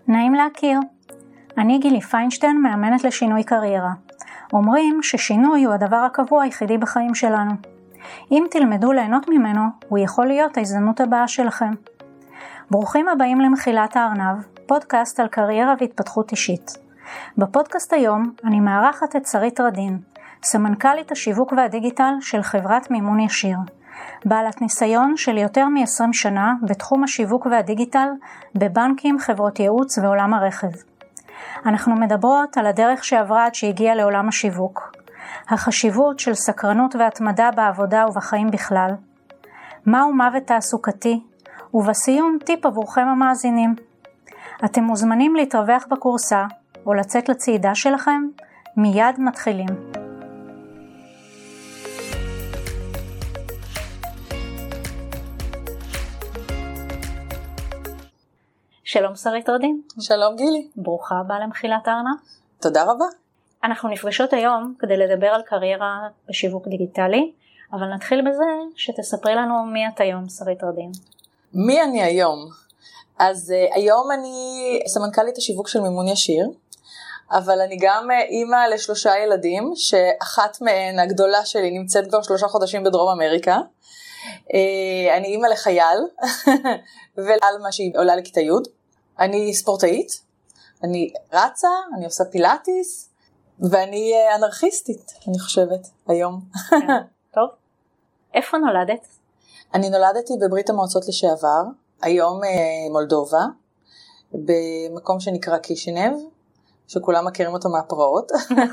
נעים להכיר. אני גילי פיינשטיין, מאמנת לשינוי קריירה. אומרים ששינוי הוא הדבר הקבוע היחידי בחיים שלנו. אם תלמדו ליהנות ממנו, הוא יכול להיות ההזדמנות הבאה שלכם. ברוכים הבאים למחילת הארנב, פודקאסט על קריירה והתפתחות אישית. בפודקאסט היום אני מארחת את שרית רדין, סמנכ"לית השיווק והדיגיטל של חברת מימון ישיר. בעלת ניסיון של יותר מ-20 שנה בתחום השיווק והדיגיטל בבנקים, חברות ייעוץ ועולם הרכב. אנחנו מדברות על הדרך שעברה עד שהגיעה לעולם השיווק, החשיבות של סקרנות והתמדה בעבודה ובחיים בכלל, מהו מוות תעסוקתי, ובסיום טיפ עבורכם המאזינים. אתם מוזמנים להתרווח בקורסה או לצאת לצעידה שלכם, מיד מתחילים. שלום שרית רדין. שלום גילי. ברוכה הבאה למחילת הארנב. תודה רבה. אנחנו נפגשות היום כדי לדבר על קריירה בשיווק דיגיטלי, אבל נתחיל בזה שתספרי לנו מי את היום, שרית רדין. מי אני היום? אז היום אני סמנכ"לית השיווק של מימון ישיר, אבל אני גם אימא ל3 ילדים, שאחת מהן, הגדולה שלי, נמצאת כבר 3 חודשים בדרום אמריקה. אני אימא לחייל, ולאלמה שהיא עולה לכיתה י'. אני ספורטאית, אני רצה, אני עושה פילאטיס, ואני אנרכיסטית, אני חושבת, היום. טוב. איפה נולדת? אני נולדתי בברית המועצות לשעבר, היום מולדובה, במקום שנקרא קישינב, שכולם מכירים אותו מהפרעות.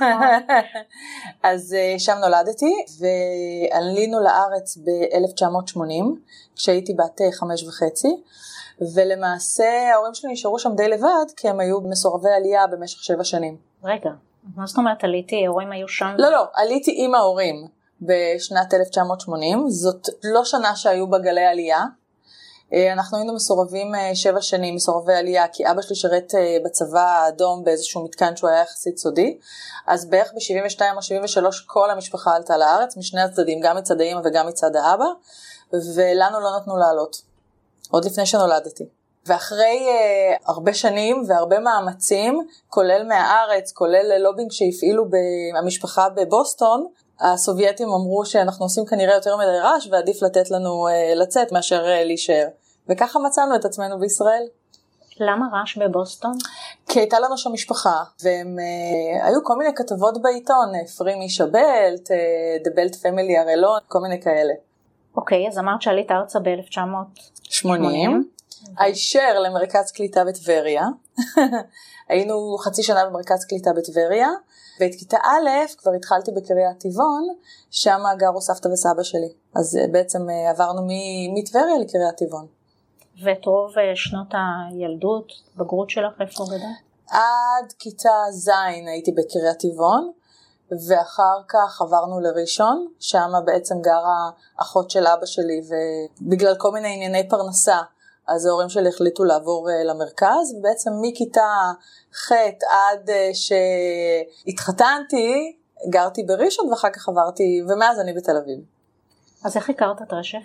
אז שם נולדתי, ועלינו לארץ ב-1980, כשהייתי בת 5.5, ולמעשה ההורים שלי נשארו שם די לבד, כי הם היו מסורבי עלייה במשך 7 שנים. רגע, מה זאת אומרת עליתי? ההורים היו שם? לא, עליתי עם ההורים בשנת 1980, זאת לא שנה שהיו בגלי עלייה, אנחנו היינו מסורבים 7 שנים, מסורבי עלייה, כי אבא שלי שרת בצבא האדום באיזשהו מתקן שהוא היה יחסית סודי, אז בערך ב-72 או 73 כל המשפחה עלתה לארץ, משני הצדדים, גם מצד האמא וגם מצד האבא, ולנו לא נתנו לעלות, עוד לפני שנולדתי. ואחרי הרבה שנים והרבה מאמצים, כולל מהארץ, כולל לובינג שהפעילו המשפחה בבוסטון, הסובייטים אמרו שאנחנו עושים כנראה יותר מדי רעש, ועדיף לתת לנו לצאת מאשר להישאר. וככה מצאנו את עצמנו בישראל. למה רעש בבוסטון? כי הייתה לנו שם משפחה, והם היו כל מיני כתבות בעיתון, Free Misha Belt, The Belt Family הרלון, כל מיני כאלה. אוקיי, אז אמרת שעלית ארצה ב-1980. הישר למרכז קליטה בטבריה. היינו חצי שנה במרכז קליטה בטבריה, ואת כיתה א' כבר התחלתי בקריית טבעון, שם גרו סבתא וסבא שלי. אז בעצם עברנו מטבריה לקריית טבעון. ואת רוב שנות הילדות, בגרות שלך, איפה גדלת? עד כיתה ז' הייתי בקריית טבעון, ואחר כך עברנו לראשון, שם בעצם גרה אחות של אבא שלי, ובגלל כל מיני ענייני פרנסה, אז ההורים שלי החליטו לעבור למרכז, ובעצם מכיתה ח' עד שהתחתנתי, גרתי בראשון, ואחר כך עברתי, ומאז אני בתל אביב. אז איך הכרת את רשף?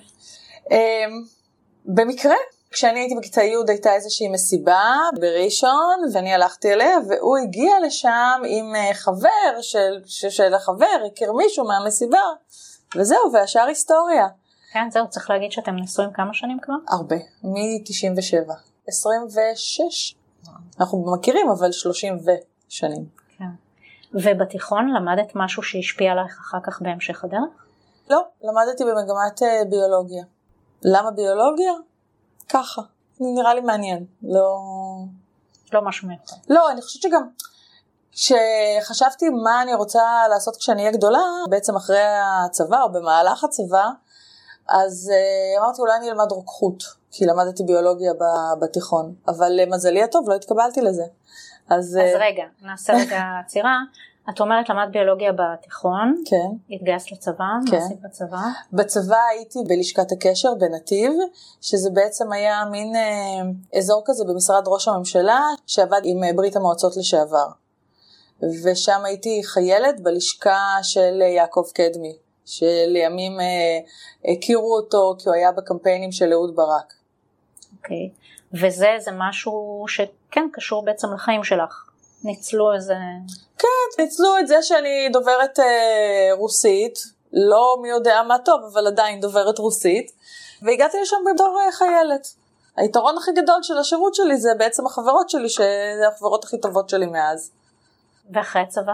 במקרה, כשאני הייתי בכיתה י' הייתה איזושהי מסיבה בראשון, ואני הלכתי אליה, והוא הגיע לשם עם חבר, של החבר, הכיר מישהו מהמסיבה, וזהו, והשאר היסטוריה. כן, זהו, צריך להגיד שאתם נשואים כמה שנים כבר? הרבה, מ-97, 26. אנחנו מכירים, אבל 30 שנים. כן. ובתיכון למדת משהו שהשפיע עליך אחר כך בהמשך הדרך? לא, למדתי במגמת ביולוגיה. למה ביולוגיה? ככה, נראה לי מעניין. לא משהו מיוחד. לא, אני חושבת שגם, כשחשבתי מה אני רוצה לעשות כשאני אהיה גדולה, בעצם אחרי הצבא או במהלך הצבא, אז אמרתי אולי אני אלמד רוקחות, כי למדתי ביולוגיה בתיכון, אבל למזלי הטוב לא התקבלתי לזה. אז רגע, נעשה רגע עצירה. את אומרת למד ביולוגיה בתיכון, כן. התגייסת לצבא, כן. מה עשית בצבא? בצבא הייתי בלשכת הקשר בנתיב, שזה בעצם היה מין אזור כזה במשרד ראש הממשלה, שעבד עם ברית המועצות לשעבר. ושם הייתי חיילת בלשכה של יעקב קדמי, שלימים הכירו אותו כי הוא היה בקמפיינים של אהוד ברק. אוקיי. וזה משהו שכן קשור בעצם לחיים שלך. ניצלו איזה... כן, ניצלו את זה שאני דוברת רוסית, לא מי יודע מה טוב, אבל עדיין דוברת רוסית, והגעתי לשם בתור חיילת. היתרון הכי גדול של השירות שלי זה בעצם החברות שלי, שזה החברות הכי טובות שלי מאז. ואחרי הצבא?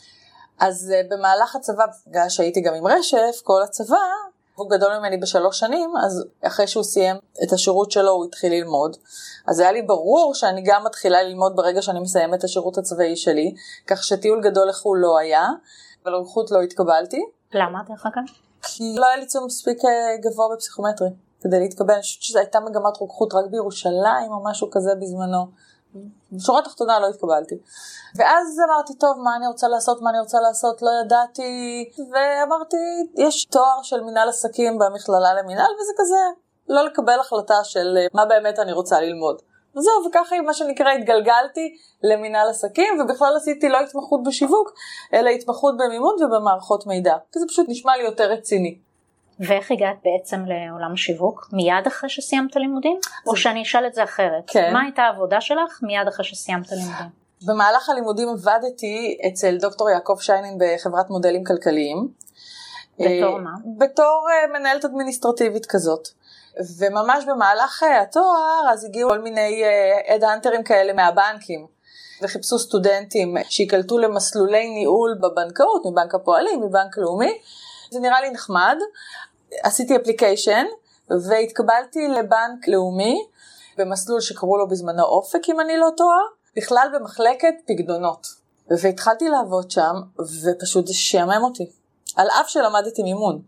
אז במהלך הצבא, בגלל שהייתי גם עם רשף, כל הצבא, הוא גדול ממני ב3 שנים, אז אחרי שהוא סיים את השירות שלו, הוא התחיל ללמוד. אז היה לי ברור שאני גם מתחילה ללמוד ברגע שאני מסיים את השירות הצבאי שלי, כך שטיול גדול לחו"ל לא היה, ולרוקחות לא התקבלתי. למה דרך אגב? כי לא היה לי ציון מספיק גבוה בפסיכומטרי, כדי להתקבל. אני חושבת שזו הייתה מגמת רוקחות רק בירושלים, או משהו כזה בזמנו. בשורה תחתונה לא התקבלתי. ואז אמרתי, טוב, מה אני רוצה לעשות, לא ידעתי, ואמרתי, יש תואר של מנהל עסקים במכללה למנהל, וזה כזה, לא לקבל החלטה של מה באמת אני רוצה ללמוד. וזהו, וככה מה שנקרא התגלגלתי למנהל עסקים, ובכלל עשיתי לא התמחות בשיווק, אלא התמחות במימון ובמערכות מידע, כי זה פשוט נשמע לי יותר רציני. ואיך הגעת בעצם לעולם השיווק? מיד אחרי שסיימת לימודים? או שאני אשאל את זה אחרת? כן. מה הייתה העבודה שלך מיד אחרי שסיימת לימודים? במהלך הלימודים עבדתי אצל דוקטור יעקב שיינין בחברת מודלים כלכליים. בתור מה? בתור מנהלת אדמיניסטרטיבית כזאת. וממש במהלך התואר אז הגיעו כל מיני אדהנטרים כאלה מהבנקים. וחיפשו סטודנטים שיקלטו למסלולי ניהול בבנקאות, מבנק הפועלים, מבנק לאומי. זה נראה לי נחמד. עשיתי אפליקיישן והתקבלתי לבנק לאומי, במסלול שקראו לו בזמנו אופק אם אני לא טועה, בכלל במחלקת פקדונות. והתחלתי לעבוד שם ופשוט זה שיאמם אותי. על אף שלמדתי מימון.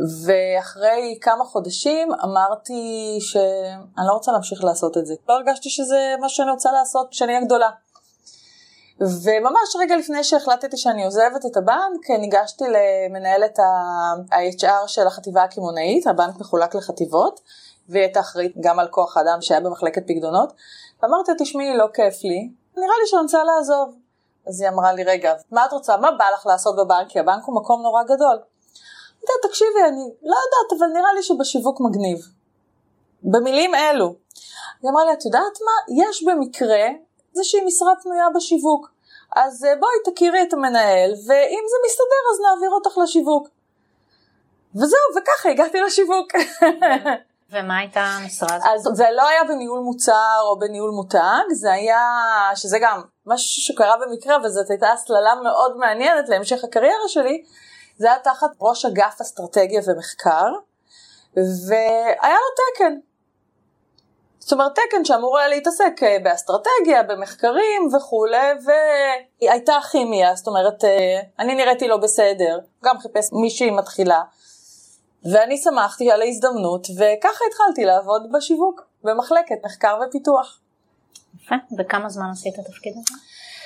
ואחרי כמה חודשים אמרתי שאני לא רוצה להמשיך לעשות את זה. לא הרגשתי שזה מה שאני רוצה לעשות כשאני אהיה גדולה. וממש רגע לפני שהחלטתי שאני עוזבת את הבנק, ניגשתי למנהלת ה-HR של החטיבה הכימונאית, הבנק מחולק לחטיבות, והיא הייתה אחראית גם על כוח האדם שהיה במחלקת פקדונות, ואמרתי, תשמעי, לא כיף לי, נראה לי שאני רוצה לעזוב. אז היא אמרה לי, רגע, מה את רוצה? מה בא לך לעשות בבנק? כי הבנק הוא מקום נורא גדול. תקשיבי, אני לא יודעת, אבל נראה לי שבשיווק מגניב. במילים אלו. היא אמרה לי, את יודעת מה? יש במקרה איזושהי משרה פנויה בשיווק. אז בואי תכירי את המנהל, ואם זה מסתדר אז נעביר אותך לשיווק. וזהו, וככה הגעתי לשיווק. ומה הייתה המשרה הזאת? אז זה לא היה בניהול מוצר או בניהול מותג, זה היה, שזה גם משהו שקרה במקרה, וזאת הייתה הסללה מאוד מעניינת להמשך הקריירה שלי, זה היה תחת ראש אגף אסטרטגיה ומחקר, והיה לו תקן. זאת אומרת, תקן שאמור היה להתעסק באסטרטגיה, במחקרים וכו', והייתה כימיה, זאת אומרת, אני נראיתי לא בסדר, גם חיפש מישהי מתחילה, ואני שמחתי על ההזדמנות, וככה התחלתי לעבוד בשיווק, במחלקת מחקר ופיתוח. יפה, וכמה זמן עשית את התפקיד הזה?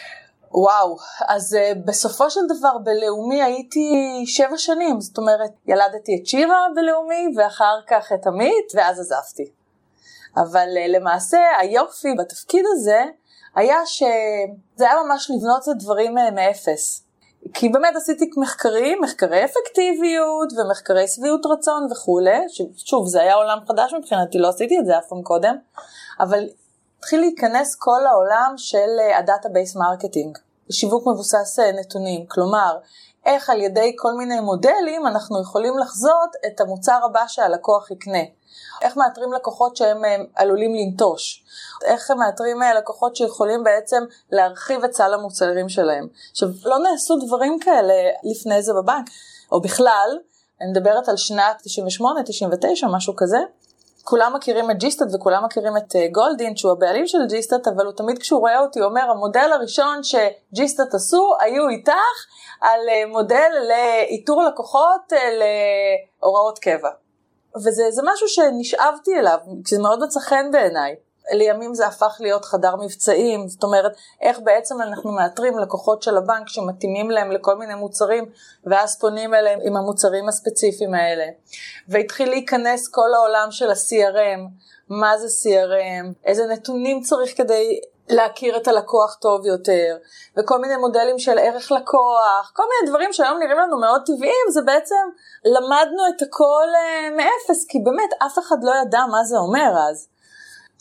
וואו, אז בסופו של דבר בלאומי הייתי 7 שנים, זאת אומרת, ילדתי את שירה בלאומי, ואחר כך את עמית, ואז עזבתי. אבל למעשה היופי בתפקיד הזה, היה שזה היה ממש לבנות את הדברים מאפס. כי באמת עשיתי מחקרים, מחקרי אפקטיביות, ומחקרי סביעות רצון וכו'. שוב, זה היה עולם חדש מבחינתי, לא עשיתי את זה אף פעם קודם, אבל התחיל להיכנס כל העולם של הדאטאבייס מרקטינג, שיווק מבוסס נתונים, כלומר, איך על ידי כל מיני מודלים אנחנו יכולים לחזות את המוצר הבא שהלקוח יקנה. איך מאתרים לקוחות שהם עלולים לנטוש. איך מאתרים לקוחות שיכולים בעצם להרחיב את סל המוצרים שלהם. עכשיו, לא נעשו דברים כאלה לפני זה בבנק, או בכלל, אני מדברת על שנת 98, 99, משהו כזה. כולם מכירים את ג'יסטאט וכולם מכירים את גולדין, שהוא הבעלים של ג'יסטאט, אבל הוא תמיד כשהוא רואה אותי אומר, המודל הראשון שג'יסטאט עשו, היו איתך על מודל לאיתור לקוחות להוראות קבע. וזה משהו שנשאבתי אליו, כי זה מאוד מצא חן בעיניי. לימים זה הפך להיות חדר מבצעים, זאת אומרת, איך בעצם אנחנו מאתרים לקוחות של הבנק שמתאימים להם לכל מיני מוצרים, ואז פונים אליהם עם המוצרים הספציפיים האלה. והתחיל להיכנס כל העולם של ה-CRM, מה זה CRM, איזה נתונים צריך כדי להכיר את הלקוח טוב יותר, וכל מיני מודלים של ערך לקוח, כל מיני דברים שהיום נראים לנו מאוד טבעיים, זה בעצם למדנו את הכל מאפס, כי באמת אף אחד לא ידע מה זה אומר אז.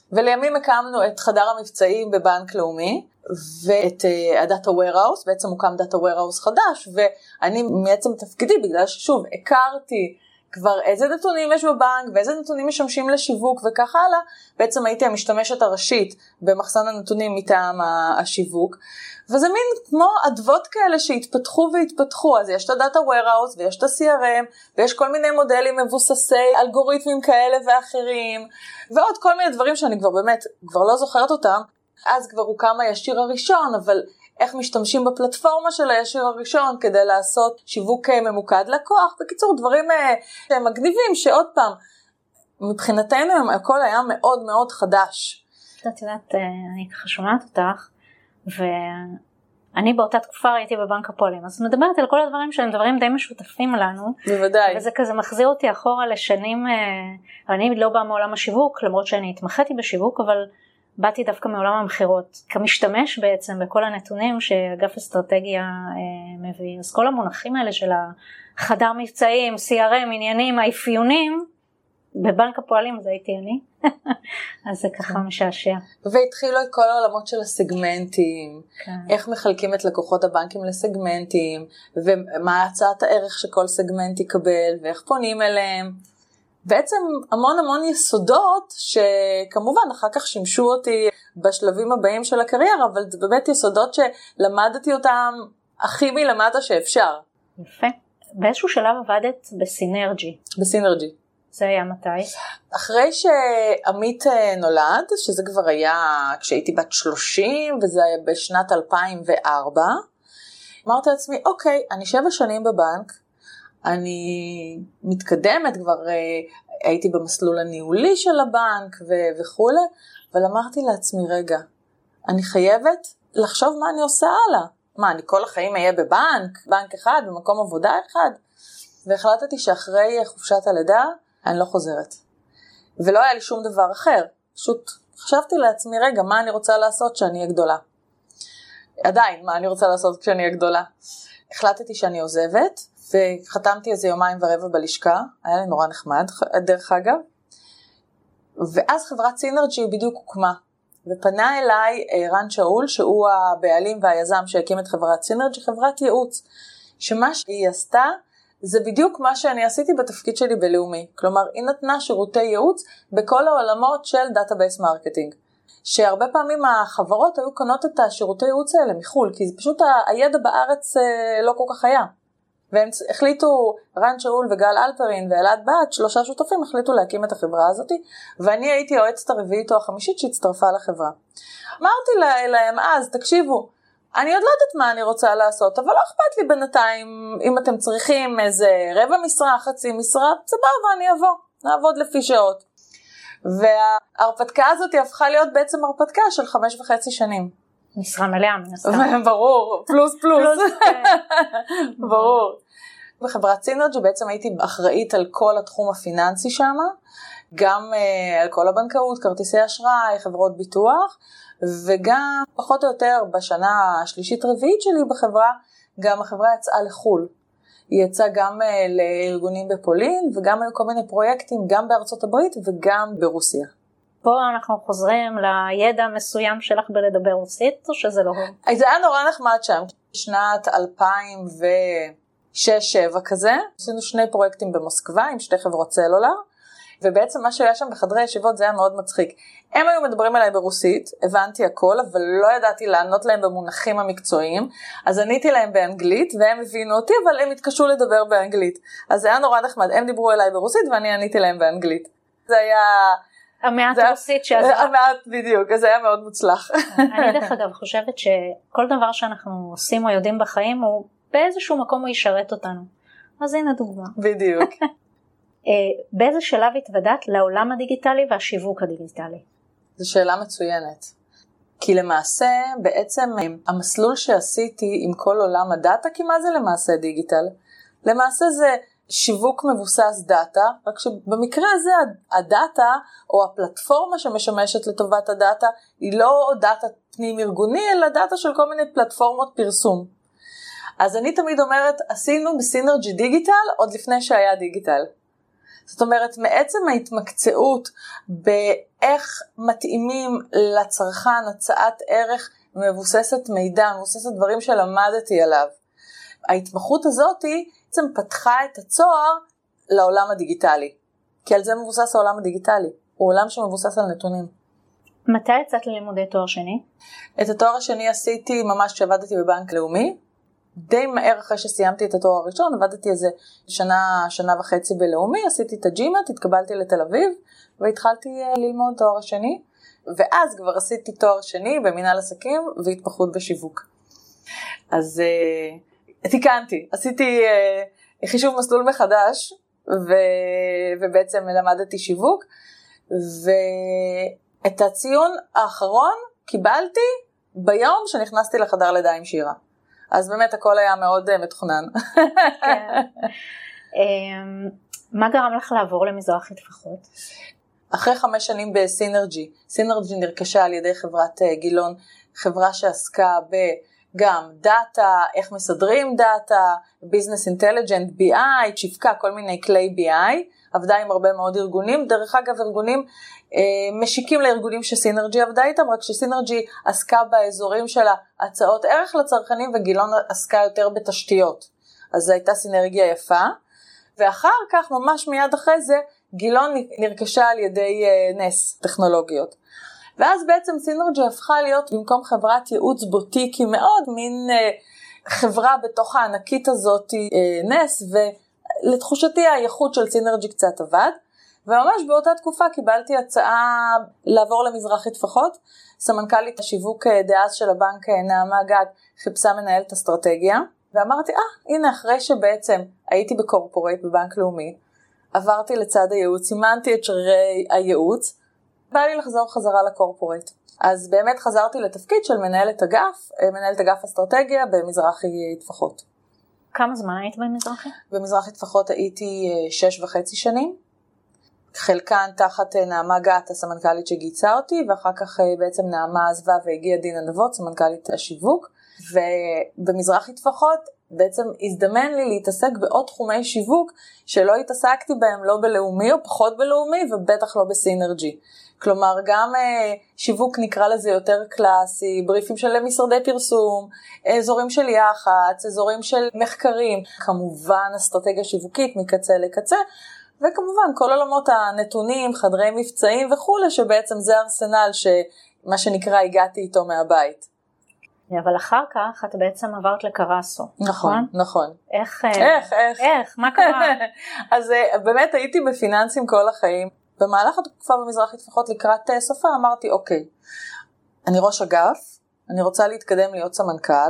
ולימים הקמנו את חדר המבצעים בבנק לאומי, ואת הדאטה warehouse, בעצם הוקם דאטה warehouse חדש, ואני מעצם תפקידי, בגלל ששוב, הכרתי כבר איזה נתונים יש בבנק, ואיזה נתונים משמשים לשיווק וכך הלאה, בעצם הייתי המשתמשת הראשית במחסן הנתונים מטעם השיווק, וזה מין כמו אדוות כאלה שהתפתחו והתפתחו, אז יש את הדאטה warehouse, ויש את ה-CRM, ויש כל מיני מודלים מבוססי אלגוריתמים כאלה ואחרים, ועוד כל מיני דברים שאני כבר באמת, כבר לא זוכרת אותם, אז כבר הוקם הישיר הראשון, אבל איך משתמשים בפלטפורמה של הישיר הראשון כדי לעשות שיווק ממוקד לקוח. בקיצור, דברים מגניבים שעוד פעם, מבחינתנו הכל היה מאוד מאוד חדש. את יודעת, אני ככה שומעת אותך, ואני באותה תקופה הייתי בבנק הפועלים, אז מדברת על כל הדברים שהם דברים די משותפים לנו. בוודאי. וזה כזה מחזיר אותי אחורה לשנים, אני לא באה מעולם השיווק, למרות שאני התמחיתי בשיווק, אבל באתי דווקא מעולם המחירות, כמשתמש בעצם בכל הנתונים שאגף אסטרטגיה מביא. אז כל המונחים האלה של החדר מבצעים, CRM, עניינים, האפיונים, בבנק הפועלים זה הייתי אני, אז זה ככה משעשע. והתחילו את כל העולמות של הסגמנטים, איך מחלקים את לקוחות הבנקים לסגמנטים, ומה הצעת הערך שכל סגמנט יקבל, ואיך פונים אליהם. בעצם המון המון יסודות שכמובן אחר כך שימשו אותי בשלבים הבאים של הקריירה, אבל זה באמת יסודות שלמדתי אותם הכי מלמטה שאפשר. יפה. באיזשהו שלב עבדת בסינרג'י. בסינרג'י. זה היה מתי? אחרי שעמית נולד, שזה כבר היה כשהייתי בת 30, וזה היה בשנת 2004, אמרתי לעצמי, אוקיי, אני 7 שנים בבנק, אני מתקדמת, כבר הייתי במסלול הניהולי של הבנק וכו', אבל אמרתי לעצמי, רגע, אני חייבת לחשוב מה אני עושה הלאה. מה, אני כל החיים אהיה בבנק אחד, במקום עבודה אחד? והחלטתי שאחרי חופשת הלידה, אני לא חוזרת. ולא היה לי שום דבר אחר. פשוט חשבתי לעצמי, רגע, מה אני רוצה לעשות כשאני אהיה גדולה? עדיין, מה אני רוצה לעשות כשאני אהיה גדולה? החלטתי שאני עוזבת, וחתמתי איזה 2.25 ימים בלשכה, היה לי נורא נחמד, דרך אגב, ואז חברת סינרג'י בדיוק הוקמה, ופנה אליי רן שאול, שהוא הבעלים והיזם שהקים את חברת סינרג'י, חברת ייעוץ, שמה שהיא עשתה, זה בדיוק מה שאני עשיתי בתפקיד שלי בלאומי, כלומר היא נתנה שירותי ייעוץ בכל העולמות של דאטאבייס מרקטינג, שהרבה פעמים החברות היו קונות את השירותי ייעוץ האלה מחול, כי זה פשוט הידע בארץ לא כל כך היה. והם החליטו, רן שאול וגל אלפרין ואלעד בת, 3 שותפים, החליטו להקים את החברה הזאת, ואני הייתי יועצת הרביעית או החמישית שהצטרפה לחברה. אמרתי להם אז, תקשיבו, אני עוד לא יודעת מה אני רוצה לעשות, אבל לא אכפת לי בינתיים, אם אתם צריכים איזה 1/4 משרה, 1/2 משרה, סבבה, אני אבוא, נעבוד לפי שעות. וההרפתקה הזאת הפכה להיות בעצם הרפתקה של 5.5 שנים. משרה מלאה מן הסתם. ברור, פלוס. ברור. בחברת סינרג'י בעצם הייתי אחראית על כל התחום הפיננסי שם, גם על כל הבנקאות, כרטיסי אשראי, חברות ביטוח, וגם פחות או יותר בשנה השלישית-רביעית שלי בחברה, גם החברה יצאה לחול. היא יצאה גם לארגונים בפולין, וגם היו כל מיני פרויקטים גם בארצות הברית וגם ברוסיה. פה אנחנו חוזרים לידע מסוים שלך בלדבר רוסית, או שזה לא? זה היה נורא נחמד שם. שנת 2006-2007 כזה, עשינו 2 פרויקטים במוסקבה עם 2 חברות סלולר, ובעצם מה שהיה שם בחדרי ישיבות זה היה מאוד מצחיק. הם היו מדברים אליי ברוסית, הבנתי הכל, אבל לא ידעתי לענות להם במונחים המקצועיים, אז עניתי להם באנגלית, והם הבינו אותי, אבל הם התקשו לדבר באנגלית. אז זה היה נורא נחמד, הם דיברו אליי ברוסית, ואני עניתי להם באנגלית. זה היה... המעט רוסית שעזרה. המעט בדיוק, אז זה היה מאוד מוצלח. אני דרך אגב חושבת שכל דבר שאנחנו עושים או יודעים בחיים, הוא באיזשהו מקום הוא ישרת אותנו. אז הנה דוגמה. בדיוק. באיזה שלב התוודעת לעולם הדיגיטלי והשיווק הדיגיטלי? זו שאלה מצוינת. כי למעשה בעצם המסלול שעשיתי עם כל עולם הדאטה, כי מה זה למעשה דיגיטל? למעשה זה שיווק מבוסס דאטה, רק שבמקרה הזה הדאטה או הפלטפורמה שמשמשת לטובת הדאטה היא לא דאטה פנים ארגוני, אלא דאטה של כל מיני פלטפורמות פרסום. אז אני תמיד אומרת, עשינו בסינרג'י דיגיטל עוד לפני שהיה דיגיטל. זאת אומרת, מעצם ההתמקצעות באיך מתאימים לצרכן הצעת ערך מבוססת מידע, מבוססת דברים שלמדתי עליו. ההתמחות הזאת בעצם פתחה את הצוהר לעולם הדיגיטלי, כי על זה מבוסס העולם הדיגיטלי, הוא עולם שמבוסס על נתונים. מתי יצאת ללימודי תואר שני? את התואר השני עשיתי ממש כשעבדתי בבנק לאומי, די מהר אחרי שסיימתי את התואר הראשון, עבדתי איזה שנה וחצי בלאומי, עשיתי את הג'ימט, התקבלתי לתל אביב, והתחלתי ללמוד תואר השני, ואז כבר עשיתי תואר שני במנהל עסקים והתמחות בשיווק. אז תיקנתי, עשיתי חישוב מסלול מחדש, ובעצם למדתי שיווק, ואת הציון האחרון קיבלתי ביום שנכנסתי לחדר לידה עם שירה. אז באמת הכל היה מאוד מתוכנן. מה גרם לך לעבור למזרחי טפחות? אחרי 5 שנים בסינרג'י, סינרג'י נרכשה על ידי חברת גילון, חברה שעסקה גם דאטה, איך מסדרים דאטה, ביזנס אינטליג'נט, BI, שיווקה כל מיני כלי BI, עבדה עם הרבה מאוד ארגונים, דרך אגב ארגונים משיקים לארגונים שסינרג'י עבדה איתם, רק שסינרג'י עסקה באזורים של הצעות ערך לצרכנים, וגילון עסקה יותר בתשתיות, אז זו הייתה סינרגיה יפה, ואחר כך ממש מיד אחרי זה, גילון נרכשה על ידי נס טכנולוגיות. ואז בעצם סינרג'י הפכה להיות במקום חברת ייעוץ בוטיקי מאוד, מין חברה בתוך הענקית הזאת נס, ולתחושתי הייחוד של סינרג'י קצת עבד, וממש באותה תקופה קיבלתי הצעה לעבור למזרחי טפחות, סמנכ"לית השיווק דאז של הבנק נעמה גד חיפשה מנהלת אסטרטגיה, ואמרתי, הנה אחרי שבעצם הייתי בקורפורייט בבנק לאומי, עברתי לצד הייעוץ, סימנתי את שרירי הייעוץ, בא לי לחזור חזרה לקורפורייט. אז באמת חזרתי לתפקיד של מנהלת אגף אסטרטגיה במזרחי טפחות. כמה זמן היית במזרחי? במזרחי טפחות הייתי 6.5 שנים, חלקן תחת נעמה גת, הסמנכ"לית שגיצה אותי, ואחר כך בעצם נעמה עזבה והגיעה דינה נבות, סמנכ"לית השיווק, ובמזרחי טפחות בעצם הזדמן לי להתעסק בעוד תחומי שיווק שלא התעסקתי בהם לא בלאומי או פחות בלאומי ובטח לא בסינרג'י. כלומר גם שיווק נקרא לזה יותר קלאסי, בריפים של משרדי פרסום, אזורים של יח"צ, אזורים של מחקרים, כמובן אסטרטגיה שיווקית מקצה לקצה, וכמובן כל עולמות הנתונים, חדרי מבצעים וכו', שבעצם זה ארסנל שמה שנקרא הגעתי איתו מהבית. אבל אחר כך את בעצם עברת לקרסו, נכון? נכון. איך? מה קרה? אז באמת הייתי בפיננסים כל החיים. במהלך התקופה במזרחי טפחות לקראת סופה אמרתי, אוקיי, אני ראש אגף, אני רוצה להתקדם להיות סמנכ"ל,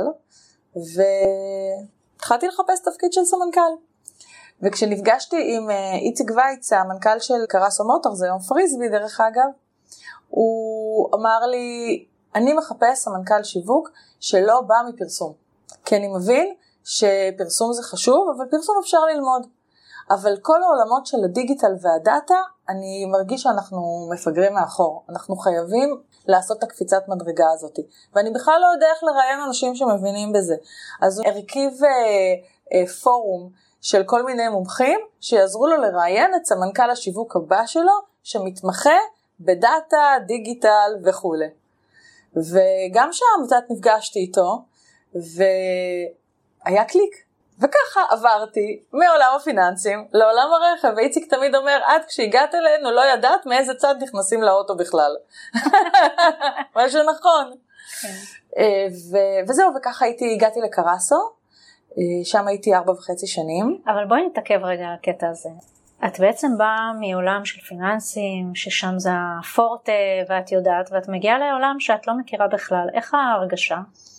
והתחלתי לחפש תפקיד של סמנכ"ל. וכשנפגשתי עם איציק וייץ, המנכ"ל של קרסו מוטורס, זה יום פריסבי דרך אגב, הוא אמר לי, אני מחפש סמנכ"ל שיווק שלא בא מפרסום. כי אני מבין שפרסום זה חשוב, אבל פרסום אפשר ללמוד. אבל כל העולמות של הדיגיטל והדאטה, אני מרגיש שאנחנו מפגרים מאחור. אנחנו חייבים לעשות את הקפיצת מדרגה הזאת. ואני בכלל לא יודע איך לראיין אנשים שמבינים בזה. אז הוא הרכיב פורום של כל מיני מומחים, שיעזרו לו לראיין את סמנכ"ל השיווק הבא שלו, שמתמחה בדאטה, דיגיטל וכו'. וגם שם קצת נפגשתי איתו, והיה קליק. וככה עברתי מעולם הפיננסים לעולם הרכב, ואיציק תמיד אומר, עד כשהגעת אלינו לא ידעת מאיזה צד נכנסים לאוטו בכלל. משהו נכון. וזהו, וככה הגעתי לקרסו, שם הייתי 4.5 שנים. אבל בואי נתעכב רגע על הקטע הזה. את בעצם באה מעולם של פיננסים, ששם זה הפורטה, ואת יודעת, ואת מגיעה לעולם שאת לא מכירה בכלל. איך ההרגשה?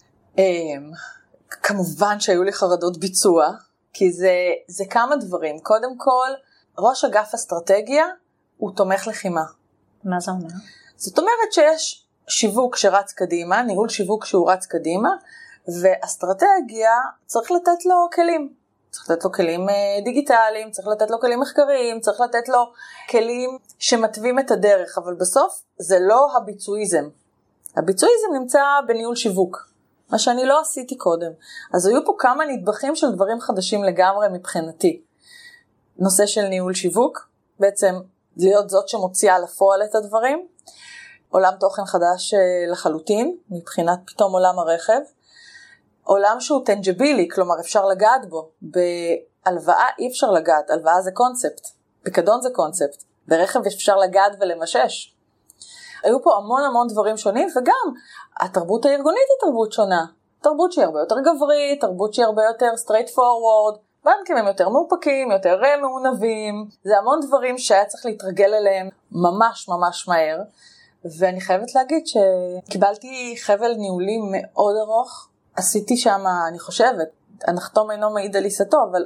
כמובן שהיו לי חרדות ביצוע, כי זה כמה דברים. קודם כל, ראש אגף אסטרטגיה הוא תומך לחימה. מה זה אומר? זאת אומרת שיש שיווק שרץ קדימה, ניהול שיווק שהוא רץ קדימה, ואסטרטגיה צריך לתת לו כלים. צריך לתת לו כלים דיגיטליים, צריך לתת לו כלים מחקריים, צריך לתת לו כלים שמטווים את הדרך, אבל בסוף זה לא הביצועיזם. הביצועיזם נמצא בניהול שיווק, מה שאני לא עשיתי קודם. אז היו פה כמה נדבכים של דברים חדשים לגמרי מבחינתי. נושא של ניהול שיווק, בעצם להיות זאת שמוציאה לפועל את הדברים. עולם תוכן חדש לחלוטין, מבחינת פתאום עולם הרכב. עולם שהוא טנג'בילי, כלומר אפשר לגעת בו. בהלוואה אי אפשר לגעת, הלוואה זה קונספט, פיקדון זה קונספט, ברכב אפשר לגעת ולמשש. היו פה המון המון דברים שונים, וגם התרבות הארגונית היא תרבות שונה. תרבות שהיא הרבה יותר גברית, תרבות שהיא הרבה יותר straight forward, בנקים הם יותר מאופקים, יותר מעונבים, זה המון דברים שהיה צריך להתרגל אליהם ממש ממש מהר, ואני חייבת להגיד שקיבלתי חבל ניהולי מאוד ארוך, עשיתי שם, אני חושבת, הנחתום אינו מעיד על עיסתו, אבל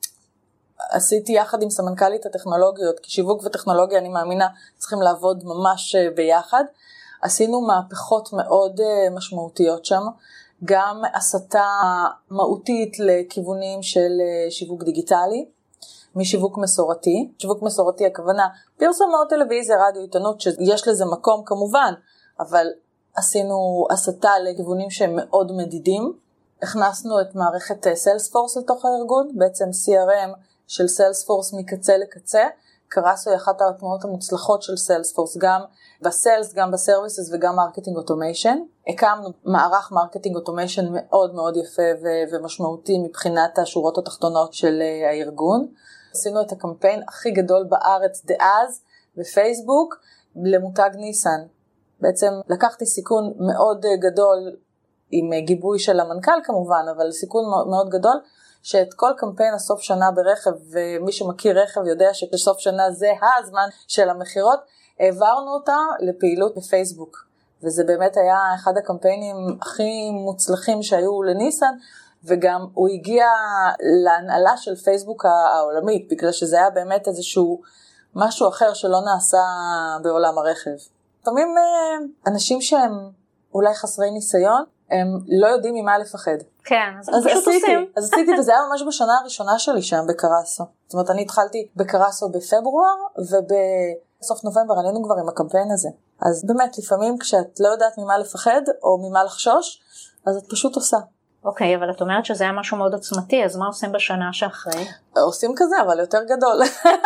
עשיתי יחד עם סמנכ"לית הטכנולוגיות, כי שיווק וטכנולוגיה אני מאמינה צריכים לעבוד ממש ביחד, עשינו מהפכות מאוד משמעותיות שם, גם הסתה מהותית לכיוונים של שיווק דיגיטלי, משיווק מסורתי. שיווק מסורתי הכוונה פרסומות, טלוויזיה, רדיו, עיתונות, שיש לזה מקום כמובן, אבל עשינו הסתה לכיוונים שהם מאוד מדידים. הכנסנו את מערכת סיילספורס לתוך הארגון, בעצם CRM של סיילספורס מקצה לקצה. קרסו היא אחת התנועות המוצלחות של סיילספורס, גם בסיילס, גם בסרוויסס וגם מרקטינג אוטומיישן. הקמנו מערך מרקטינג אוטומיישן מאוד מאוד יפה ומשמעותי מבחינת השורות התחתונות של הארגון. עשינו את הקמפיין הכי גדול בארץ דאז בפייסבוק למותג ניסן. בעצם לקחתי סיכון מאוד גדול עם גיבוי של המנכ"ל כמובן, אבל סיכון מאוד גדול, שאת כל קמפיין הסוף שנה ברכב, ומי שמכיר רכב יודע שבסוף שנה זה הזמן של המחירות, העברנו אותה לפעילות בפייסבוק. וזה באמת היה אחד הקמפיינים הכי מוצלחים שהיו לניסן, וגם הוא הגיע להנהלה של פייסבוק העולמית, בגלל שזה היה באמת איזשהו משהו אחר שלא נעשה בעולם הרכב. לפעמים אנשים שהם אולי חסרי ניסיון, הם לא יודעים ממה לפחד. כן, אז פשוט עושים. אז עשיתי, וזה היה ממש בשנה הראשונה שלי שם בקרסו. זאת אומרת, אני התחלתי בקרסו בפברואר, ובסוף נובמבר עלינו כבר עם הקמפיין הזה. אז באמת, לפעמים כשאת לא יודעת ממה לפחד, או ממה לחשוש, אז את פשוט עושה. אוקיי, אבל את אומרת שזה היה משהו מאוד עוצמתי, אז מה עושים בשנה שאחרי? עושים כזה, אבל יותר גדול.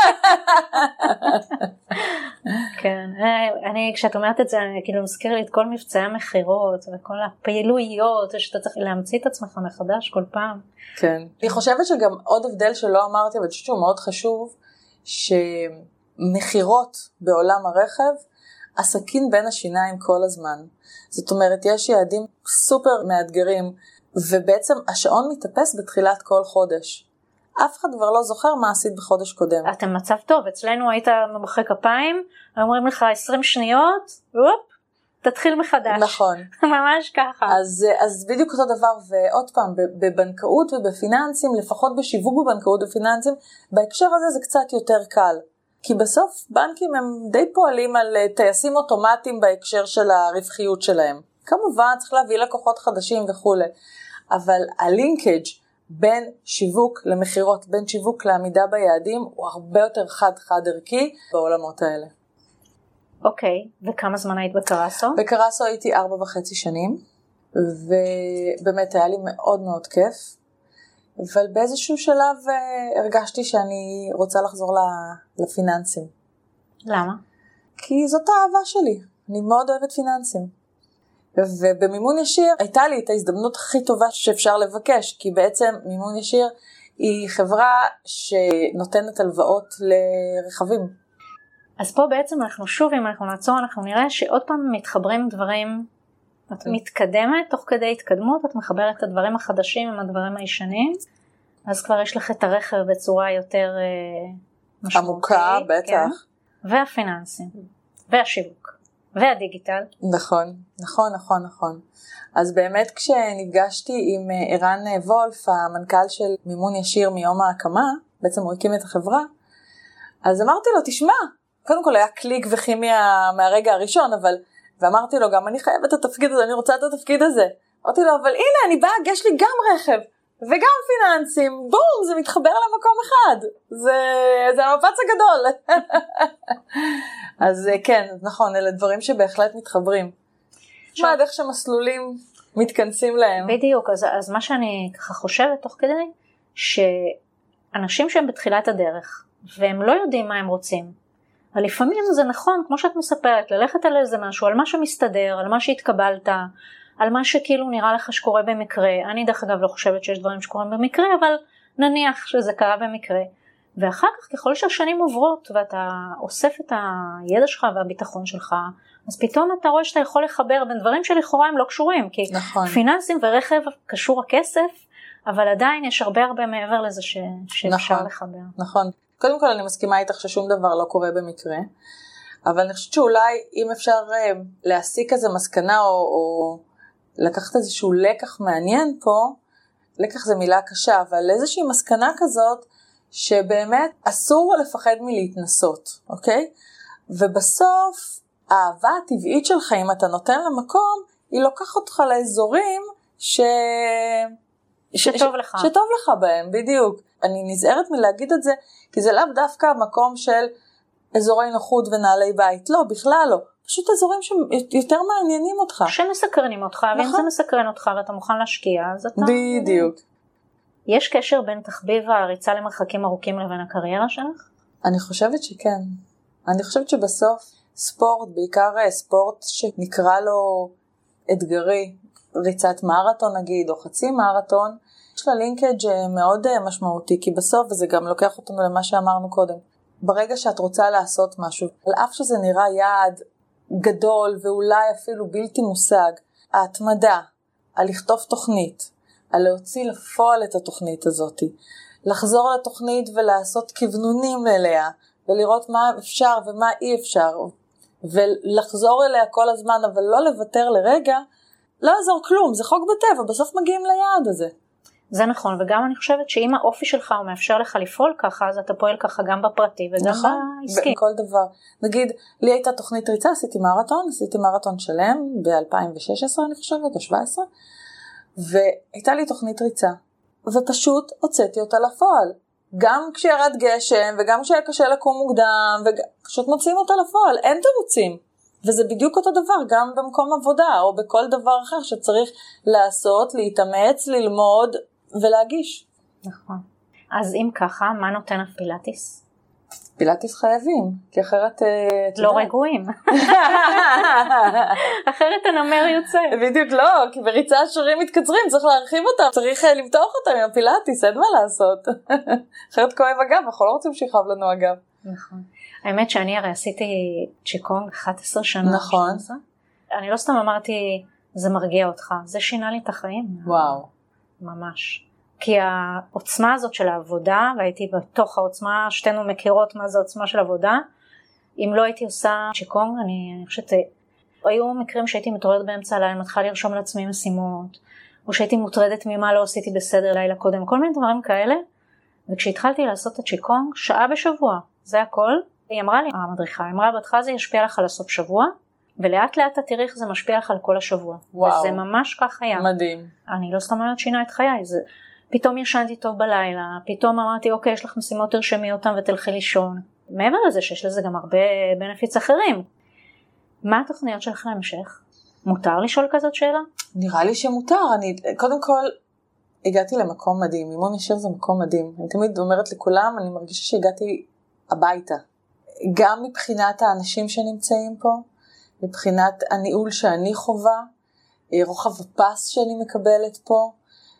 כן, כשאת אומרת את זה, אני כאילו מזכיר לי את כל מבצעי המחירות, וכל הפעילויות, שאתה צריך להמציא את עצמך מחדש כל פעם. כן. אני חושבת שגם עוד הבדל שלא אמרתי, אבל שהוא מאוד חשוב, שמחירות בעולם הרכב, עסקים בין השיניים כל הזמן. זאת אומרת, יש יעדים סופר מאתגרים, ובעצם השעון מתאפס בתחילת כל חודש. אף אחד כבר לא זוכר מה עשית בחודש קודם. אתם מצב טוב, אצלנו היית מוחא כפיים, אומרים לך 20 שניות, תתחיל מחדש. נכון. ממש ככה. אז בדיוק אותו דבר, ועוד פעם, בבנקאות ובפיננסים, לפחות בשיווק בבנקאות ובפיננסים, בהקשר הזה זה קצת יותר קל. כי בסוף בנקים הם די פועלים על טייסים אוטומטיים בהקשר של הרווחיות שלהם. כמובן צריך להביא לקוחות חדשים וכו'. אבל הלינקג' בין שיווק למחירות, בין שיווק לעמידה ביעדים, הוא הרבה יותר חד ערכי בעולמות האלה. אוקיי, וכמה זמן היית בקרסו? בקרסו הייתי 4.5 שנים, ובאמת היה לי מאוד מאוד כיף, אבל באיזשהו שלב הרגשתי שאני רוצה לחזור לפיננסים. למה? כי זאת האהבה שלי, אני מאוד אוהבת פיננסים. ובמימון ישיר הייתה לי את ההזדמנות הכי טובה שאפשר לבקש, כי בעצם מימון ישיר היא חברה שנותנת הלוואות לרכבים. אז פה בעצם אנחנו שוב, אם אנחנו נעצור, אנחנו נראה שעוד פעם מתחברים דברים, את מתקדמת, תוך כדי התקדמות, את מחברת את הדברים החדשים עם הדברים הישנים, אז כבר יש לך את הרכב בצורה יותר משמעותית. עמוקה, בטח. כן? והפיננסים, והשיווק. והדיגיטל. נכון. אז באמת כשנפגשתי עם ערן וולף, המנכ"ל של מימון ישיר מיום ההקמה, בעצם הוא הקים את החברה, אז אמרתי לו, תשמע, קודם כל היה קליק וכימיה מהרגע הראשון, ואמרתי לו גם, אני חייבת את התפקיד הזה, אני רוצה את התפקיד הזה. אמרתי לו, אבל הנה, אני באה, יש לי גם רכב, וגם פיננסים, בום, זה מתחבר למקום אחד. זה המפץ הגדול. אז כן, נכון, אלה דברים שבהחלט מתחברים. מה, איך שמסלולים מתכנסים להם. בדיוק, אז מה שאני ככה חושבת תוך כדי, שאנשים שהם בתחילת הדרך, והם לא יודעים מה הם רוצים. אבל לפעמים זה נכון, כמו שאת מספרת, ללכת על איזה משהו, על מה שמסתדר, על מה שהתקבלת, על מה שכאילו נראה לך שקורה במקרה. אני דרך אגב לא חושבת שיש דברים שקורים במקרה, אבל נניח שזה קרה במקרה. ואחר כך ככל שהשנים עוברות ואתה אוסף את הידע שלך והביטחון שלך, אז פתאום אתה רואה שאתה יכול לחבר בין דברים שלכאורה הם לא קשורים, כי נכון. פיננסים ורכב קשור הכסף, אבל עדיין יש הרבה מעבר לזה שאפשר נכון, לחבר. נכון. קודם כל אני מסכימה איתך ששום דבר לא קורה במקרה, אבל אני חושבת שאולי אם אפשר להסיק איזה מסקנה או לקחת איזשהו לקח מעניין פה, לקח זה מילה קשה, אבל איזושהי מסקנה כזאת, שבאמת אסור לפחד מלהתנסות, אוקיי? ובסוף האהבה הטבעית שלך, אם אתה נותן למקום, היא לוקח אותך לאזורים שטוב לך. שטוב לך בהם, בדיוק. אני נזהרת מלהגיד את זה, כי זה לאו דווקא המקום של אזורי נוחות ונעלי בית. לא, בכלל לא. פשוט אזורים שיותר מעניינים אותך. שמסקרנים אותך, נכון. ואם זה מסקרן אותך ואתה מוכן להשקיע, אז אתה... בדיוק. יש קשר בין תחביב הריצה למרחקים ארוכים לבין הקריירה שלך? אני חושבת שכן. אני חושבת שבסוף ספורט, בעיקר ספורט שנקרא לו אתגרי, ריצת מרתון נגיד, או חצי מרתון, יש לה לינקג' מאוד משמעותי, כי בסוף, וזה גם לוקח אותנו למה שאמרנו קודם, ברגע שאת רוצה לעשות משהו, על אף שזה נראה יעד גדול ואולי אפילו בלתי מושג, ההתמדה, על לכתוב תוכנית, על להוציא לפועל את התוכנית הזאת, לחזור לתוכנית ולעשות כוונונים אליה, ולראות מה אפשר ומה אי אפשר, ולחזור אליה כל הזמן, אבל לא לוותר לרגע, לא יעזור כלום, זה חוק בטבע, בסוף מגיעים ליעד הזה. זה נכון, וגם אני חושבת שאם האופי שלך הוא מאפשר לך לפעול ככה, אז אתה פועל ככה גם בפרטי וגם בעסקי. בכל דבר. נגיד, לי הייתה תוכנית ריצה, עשיתי מרתון שלם ב-2016 אני חושבת, או 2017, והייתה לי תוכנית ריצה, ופשוט הוצאתי אותה לפועל. גם כשירד גשם, וגם כשהיה קשה לקום מוקדם, ופשוט מוצאים אותה לפועל, אין תירוצים. וזה בדיוק אותו דבר, גם במקום עבודה, או בכל דבר אחר שצריך לעשות, להתאמץ, ללמוד ולהגיש. נכון. אז אם ככה, מה נותן הפילאטיס? פילאטיס חייבים, כי אחרת... לא רגועים. אחרת הנמר יוצא. בדיוק לא, כי בריצה השירים מתקצרים, צריך להרחיב אותם, צריך למתוח אותם עם הפילאטיס, אין מה לעשות. אחרת כואב הגב, אנחנו לא רוצים שיכאב לנו הגב. נכון. האמת שאני הרי עשיתי צ'יקונג 11 שנה. נכון. אני לא סתם אמרתי, זה מרגיע אותך, זה שינה לי את החיים. וואו. ממש. כי העוצמה הזאת של העבודה, והייתי בתוך העוצמה, שתינו מכירות מה זה עוצמה של עבודה, אם לא הייתי עושה צ'יקונג, אני חושבת, היו מקרים שהייתי מתעוררת באמצע הלילה, מתחילה לרשום לעצמי משימות, או שהייתי מוטרדת ממה לא עשיתי בסדר לילה קודם, כל מיני דברים כאלה, וכשהתחלתי לעשות את הצ'יקונג, שעה בשבוע, זה הכל, היא אמרה לי, המדריכה, היא אמרה, בהתחלה זה ישפיע לך על הסוף שבוע, ולאט לאט תראי איך זה משפיע לך על כל השבוע. וואו. וזה ממש כך היה. מדהים. אני לא סתם אומרת שינה את חיי, זה... פתאום ישנתי טוב בלילה, פתאום אמרתי, אוקיי, יש לך משימות, תרשמי אותם ותלכי לישון. מעבר לזה שיש לזה גם הרבה בנפיץ אחרים. מה התוכניות שלך להמשך? מותר לשאול כזאת שאלה? נראה לי שמותר. קודם כל, הגעתי למקום מדהים. אימון ישיר זה מקום מדהים. אני תמיד אומרת לכולם, אני מרגישה שהגעתי הביתה. גם מבחינת האנשים שנמצאים פה, מבחינת הניהול שאני חובה, רוחב הפס שאני מקבלת פה,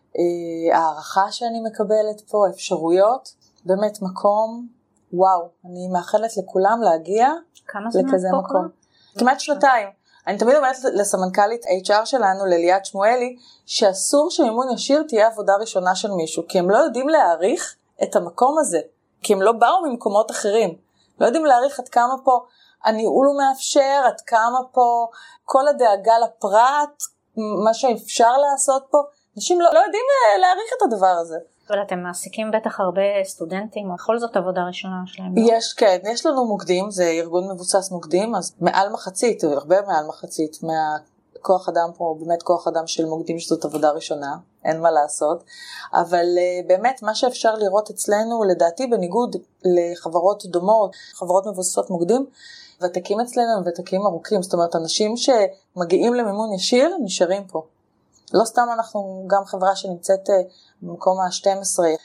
הערכה שאני מקבלת פה, אפשרויות, באמת מקום, וואו, אני מאחלת לכולם להגיע לכזה מקום. כמעט שנתיים. אני תמיד אומרת לסמנכ"לית HR שלנו, לליאת שמואלי, שאסור שאימון ישיר תהיה עבודה ראשונה של מישהו, כי הם לא יודעים להעריך את המקום הזה, כי הם לא באו ממקומות אחרים, לא יודעים להעריך עד כמה פה הניהול הוא מאפשר, עד כמה פה כל הדאגה לפרט, מה שאפשר לעשות פה, אנשים לא יודעים להעריך את הדבר הזה. אבל אתם מעסיקים בטח הרבה סטודנטים, בכל זאת עבודה ראשונה שלהם. יש, כן, יש לנו מוקדים, זה ארגון מבוסס מוקדים, אז מעל מחצית, הרבה מעל מחצית, מהכוח אדם פה, באמת כוח אדם של מוקדים שזאת עבודה ראשונה, אין מה לעשות, אבל באמת מה שאפשר לראות אצלנו, לדעתי בניגוד לחברות דומות, חברות מבוססות מוקדים, ותקים אצלנו ותקים ארוכים, זאת אומרת, אנשים שמגיעים למימון ישיר, נשארים פה. לא סתם אנחנו גם חברה שנמצאת במקום ה-12,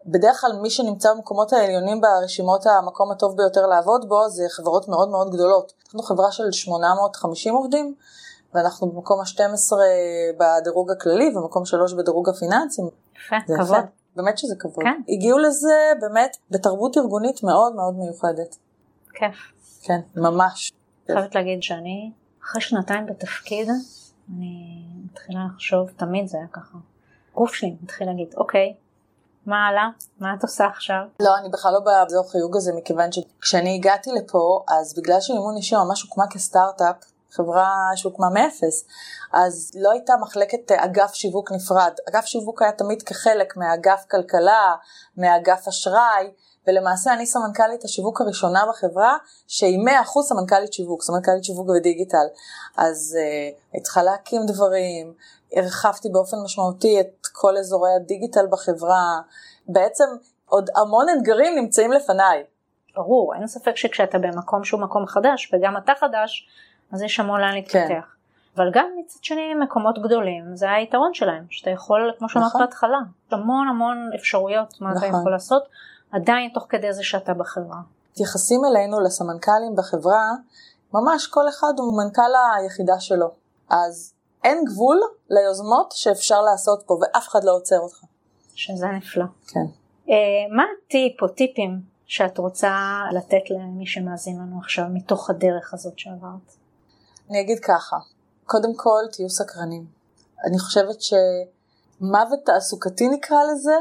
בדרך כלל מי שנמצא במקומות העליונים ברשימות המקום הטוב ביותר לעבוד בו, זה חברות מאוד מאוד גדולות. אנחנו חברה של 850 עובדים, ואנחנו במקום ה-12 בדירוג הכללי, ומקום 3 בדירוג הפיננסי. יפה, כבוד. באמת שזה כבוד. כן. הגיעו לזה באמת בתרבות ארגונית מאוד מאוד מיוחדת. כיף. כן, ממש. חייבת להגיד שאני, אחרי 2 בתפקיד, אני מתחילה לחשוב, תמיד זה היה ככה. גוף שלי מתחיל להגיד, אוקיי, מה הלאה? מה את עושה עכשיו? לא, אני בכלל לא באזור חיוג הזה, מכיוון שכשאני הגעתי לפה, אז בגלל שאימון אישי ממש הוקמה כסטארט-אפ, חברה שהוקמה מאפס, אז לא הייתה מחלקת אגף שיווק נפרד. אגף שיווק היה תמיד כחלק מהאגף כלכלה, מהאגף אשראי, ולמעשה אני סמנכ"לית השיווק הראשונה בחברה, שהיא 100% סמנכ"לית שיווק, סמנכ"לית שיווק ודיגיטל. אז התחלה להקים דברים, הרחבתי באופן משמעותי את כל אזורי הדיגיטל בחברה, בעצם עוד המון אתגרים נמצאים לפניי. ברור, אין ספק שכשאתה במקום שהוא מקום חדש, וגם אתה חדש, אז יש המון לאן להתפתח. כן. אבל גם מצד שני מקומות גדולים, זה היתרון שלהם, שאתה יכול, כמו שאמרת בהתחלה, המון אפשרויות מה אתה יכול לעשות, עדיין תוך כדי זה שאתה בחברה. תייחסים אלינו לסמנכ"לים בחברה, ממש כל אחד הוא מנכ"ל היחידה שלו. אז אין גבול ליוזמות שאפשר לעשות פה, ואף אחד לא עוצר אותך. שזה נפלא. כן. מה הטיפ או טיפים שאת רוצה לתת למי שמאזין לנו עכשיו, מתוך הדרך הזאת שעברת? אני אגיד ככה, קודם כל תהיו סקרנים. אני חושבת שמוות תעסוקתי נקרא לזה,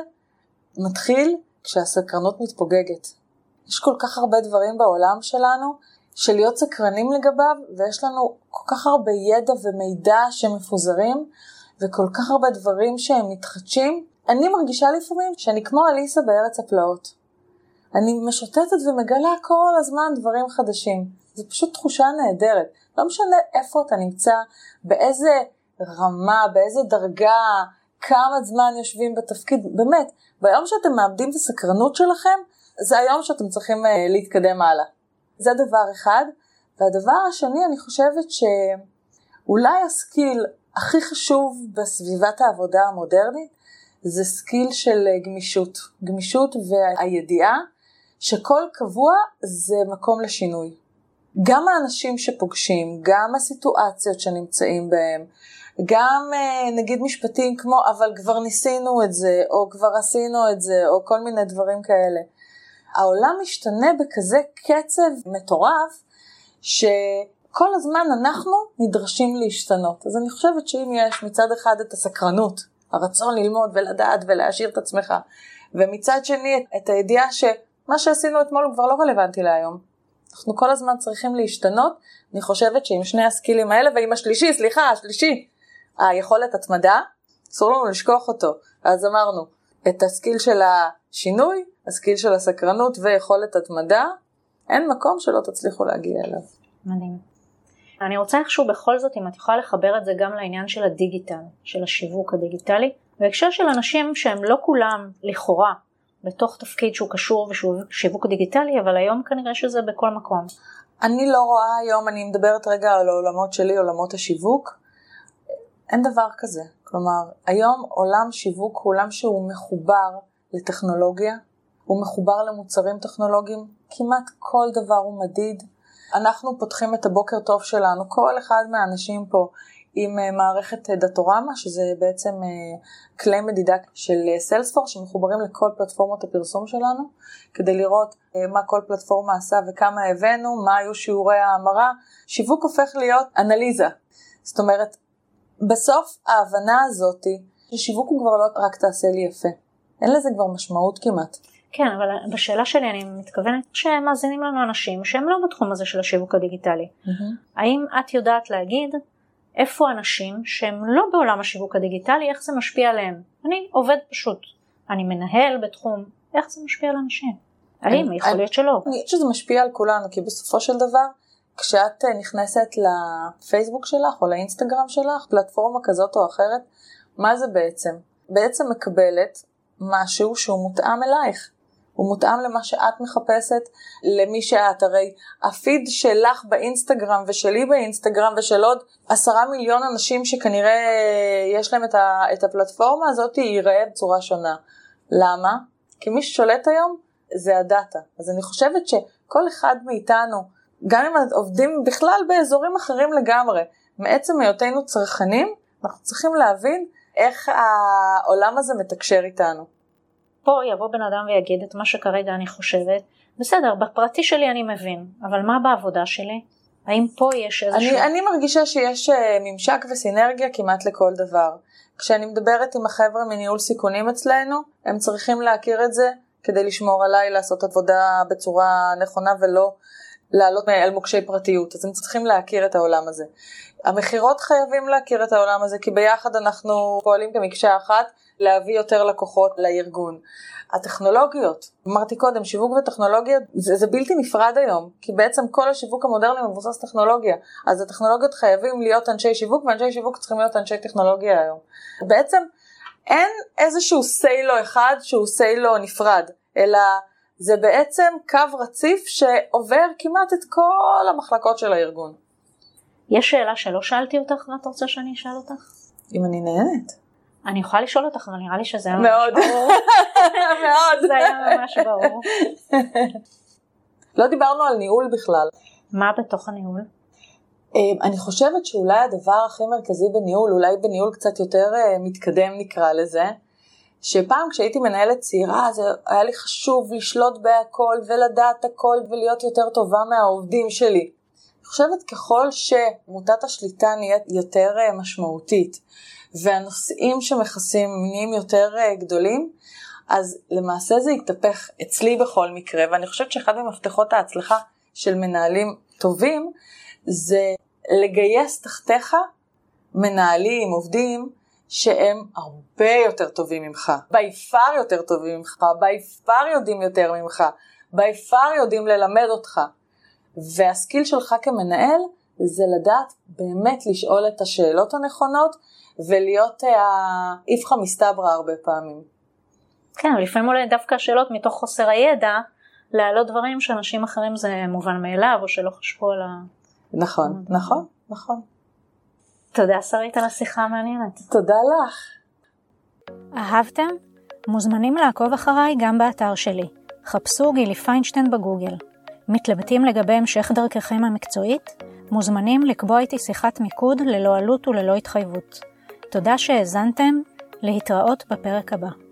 מתחיל כשהסקרנות מתפוגגת. יש כל כך הרבה דברים בעולם שלנו, שלהיות סקרנים לגביו, ויש לנו כל כך הרבה ידע ומידע שמפוזרים, וכל כך הרבה דברים שהם מתחדשים. אני מרגישה לפעמים שאני כמו אליסה בארץ הפלאות. אני משוטטת ומגלה כל הזמן דברים חדשים. זו פשוט תחושה נהדרת. לא משנה איפה אתה נמצא, באיזה רמה, באיזה דרגה, כמה זמן יושבים בתפקיד. באמת, ביום שאתם מאבדים את הסקרנות שלכם, זה היום שאתם צריכים להתקדם הלאה. זה דבר אחד. והדבר השני, אני חושבת שאולי הסקיל הכי חשוב בסביבת העבודה המודרנית, זה סקיל של גמישות. גמישות והידיעה שכל קבוע זה מקום לשינוי. גם האנשים שפוגשים, גם הסיטואציות שנמצאים בהם, גם נגיד משפטים כמו אבל כבר ניסינו את זה, או כבר עשינו את זה, או כל מיני דברים כאלה. העולם משתנה בכזה קצב מטורף, שכל הזמן אנחנו נדרשים להשתנות. אז אני חושבת שאם יש מצד אחד את הסקרנות, הרצון ללמוד ולדעת ולהשאיר את עצמך, ומצד שני את הידיעה שמה שעשינו אתמול הוא כבר לא רלוונטי להיום. אנחנו כל הזמן צריכים להשתנות. אני חושבת שעם שני הסקילים האלה, ועם השלישי, היכולת התמדה, אסור לנו לשכוח אותו. אז אמרנו, את הסקיל של השינוי, הסקיל של הסקרנות ויכולת התמדה, אין מקום שלא תצליחו להגיע אליו. מדהים. אני רוצה איכשהו בכל זאת, אם את יכולה לחבר את זה גם לעניין של הדיגיטל, של השיווק הדיגיטלי, בהקשר של אנשים שהם לא כולם לכאורה, בתוך תפקיד שהוא קשור ושיווק דיגיטלי, אבל היום כנראה שזה בכל מקום. אני לא רואה היום, אני מדברת רגע על העולמות שלי, עולמות השיווק, אין דבר כזה. כלומר, היום עולם שיווק הוא עולם שהוא מחובר לטכנולוגיה, הוא מחובר למוצרים טכנולוגיים, כמעט כל דבר הוא מדיד. אנחנו פותחים את הבוקר טוב שלנו, כל אחד מהאנשים פה, עם מערכת דאטורמה, שזה בעצם כלי מדידה של סיילספורס, שמחוברים לכל פלטפורמות הפרסום שלנו, כדי לראות מה כל פלטפורמה עשה וכמה הבאנו, מה היו שיעורי ההמרה. שיווק הופך להיות אנליזה. זאת אומרת, בסוף ההבנה הזאת, ששיווק הוא כבר לא רק תעשה לי יפה. אין לזה כבר משמעות כמעט. כן, אבל בשאלה שלי אני מתכוונת שמאזינים לנו אנשים שהם לא בתחום הזה של השיווק הדיגיטלי. האם את יודעת להגיד איפה אנשים שהם לא בעולם השיווק הדיגיטלי, איך זה משפיע עליהם? אני עובד פשוט, אני מנהל בתחום, איך זה משפיע על אנשים? האם יכול להיות שלא? אני חושבת שזה משפיע על כולנו, כי בסופו של דבר, כשאת נכנסת לפייסבוק שלך או לאינסטגרם שלך, פלטפורמה כזאת או אחרת, מה זה בעצם? בעצם מקבלת משהו שהוא מותאם אלייך. הוא מותאם למה שאת מחפשת, למי שאת. הרי הפיד שלך באינסטגרם ושלי באינסטגרם ושל עוד 10 מיליון אנשים שכנראה יש להם את הפלטפורמה הזאת, ייראה בצורה שונה. למה? כי מי ששולט היום זה הדאטה. אז אני חושבת שכל אחד מאיתנו, גם אם עובדים בכלל באזורים אחרים לגמרי, מעצם היותנו צרכנים, אנחנו צריכים להבין איך העולם הזה מתקשר איתנו. פה יבוא בן אדם ויגיד את מה שכרגע אני חושבת, בסדר, בפרטי שלי אני מבין, אבל מה בעבודה שלי? האם פה יש איזשהו... אני מרגישה שיש ממשק וסינרגיה כמעט לכל דבר. כשאני מדברת עם החבר'ה מניהול סיכונים אצלנו, הם צריכים להכיר את זה כדי לשמור עליי, לעשות עבודה בצורה נכונה ולא לעלות על מוקשי פרטיות. אז הם צריכים להכיר את העולם הזה. המחירות חייבים להכיר את העולם הזה, כי ביחד אנחנו פועלים כמקשה אחת להביא יותר לקוחות לארגון. הטכנולוגיות, אמרתי קודם, שיווק וטכנולוגיה זה בלתי נפרד היום, כי בעצם כל השיווק המודרני מבוסס טכנולוגיה, אז הטכנולוגיות חייבים להיות אנשי שיווק, ואנשי שיווק צריכים להיות אנשי טכנולוגיה היום. בעצם אין איזשהו סיילו אחד שהוא סיילו נפרד, אלא זה בעצם קו רציף שעובר כמעט את כל המחלקות של הארגון. יש שאלה שלא שאלתי אותך, ואת רוצה שאני אשאל אותך? אם אני נהנית. אני יכולה לשאול אותך, אבל נראה לי שזה היה מאוד. ממש ברור. מאוד. זה היה ממש ברור. לא דיברנו על ניהול בכלל. מה בתוך הניהול? אני חושבת שאולי הדבר הכי מרכזי בניהול, אולי בניהול קצת יותר מתקדם נקרא לזה, שפעם כשהייתי מנהלת צעירה, זה היה לי חשוב לשלוט בהכל ולדעת הכל ולהיות יותר טובה מהעובדים שלי. אני חושבת ככל שמוטת השליטה נהיית יותר משמעותית, והנושאים שמכסים נהיים יותר גדולים, אז למעשה זה יתהפך אצלי בכל מקרה, ואני חושבת שאחד ממפתחות ההצלחה של מנהלים טובים, זה לגייס תחתיך מנהלים, עובדים, שהם הרבה יותר טובים ממך, ביפר יותר טובים ממך, ביפר יודעים יותר ממך, ביפר יודעים ללמד אותך, והסקיל שלך כמנהל זה לדעת באמת לשאול את השאלות הנכונות, ולהיות האיפכא מסתברא הרבה פעמים. כן, לפעמים אולי דווקא השאלות מתוך חוסר הידע, להעלות דברים שאנשים אחרים זה מובן מאליו, או שלא חשבו על ה... נכון, נכון, נכון. תודה שרית על השיחה המעניינת. תודה לך. אהבתם? מוזמנים לעקוב אחריי גם באתר שלי. חפשו גילי פיינשטיין בגוגל. מתלבטים לגבי המשך דרככם המקצועית? מוזמנים לקבוע איתי שיחת מיקוד ללא עלות וללא התחייבות. תודה שהאזנתם, להתראות בפרק הבא.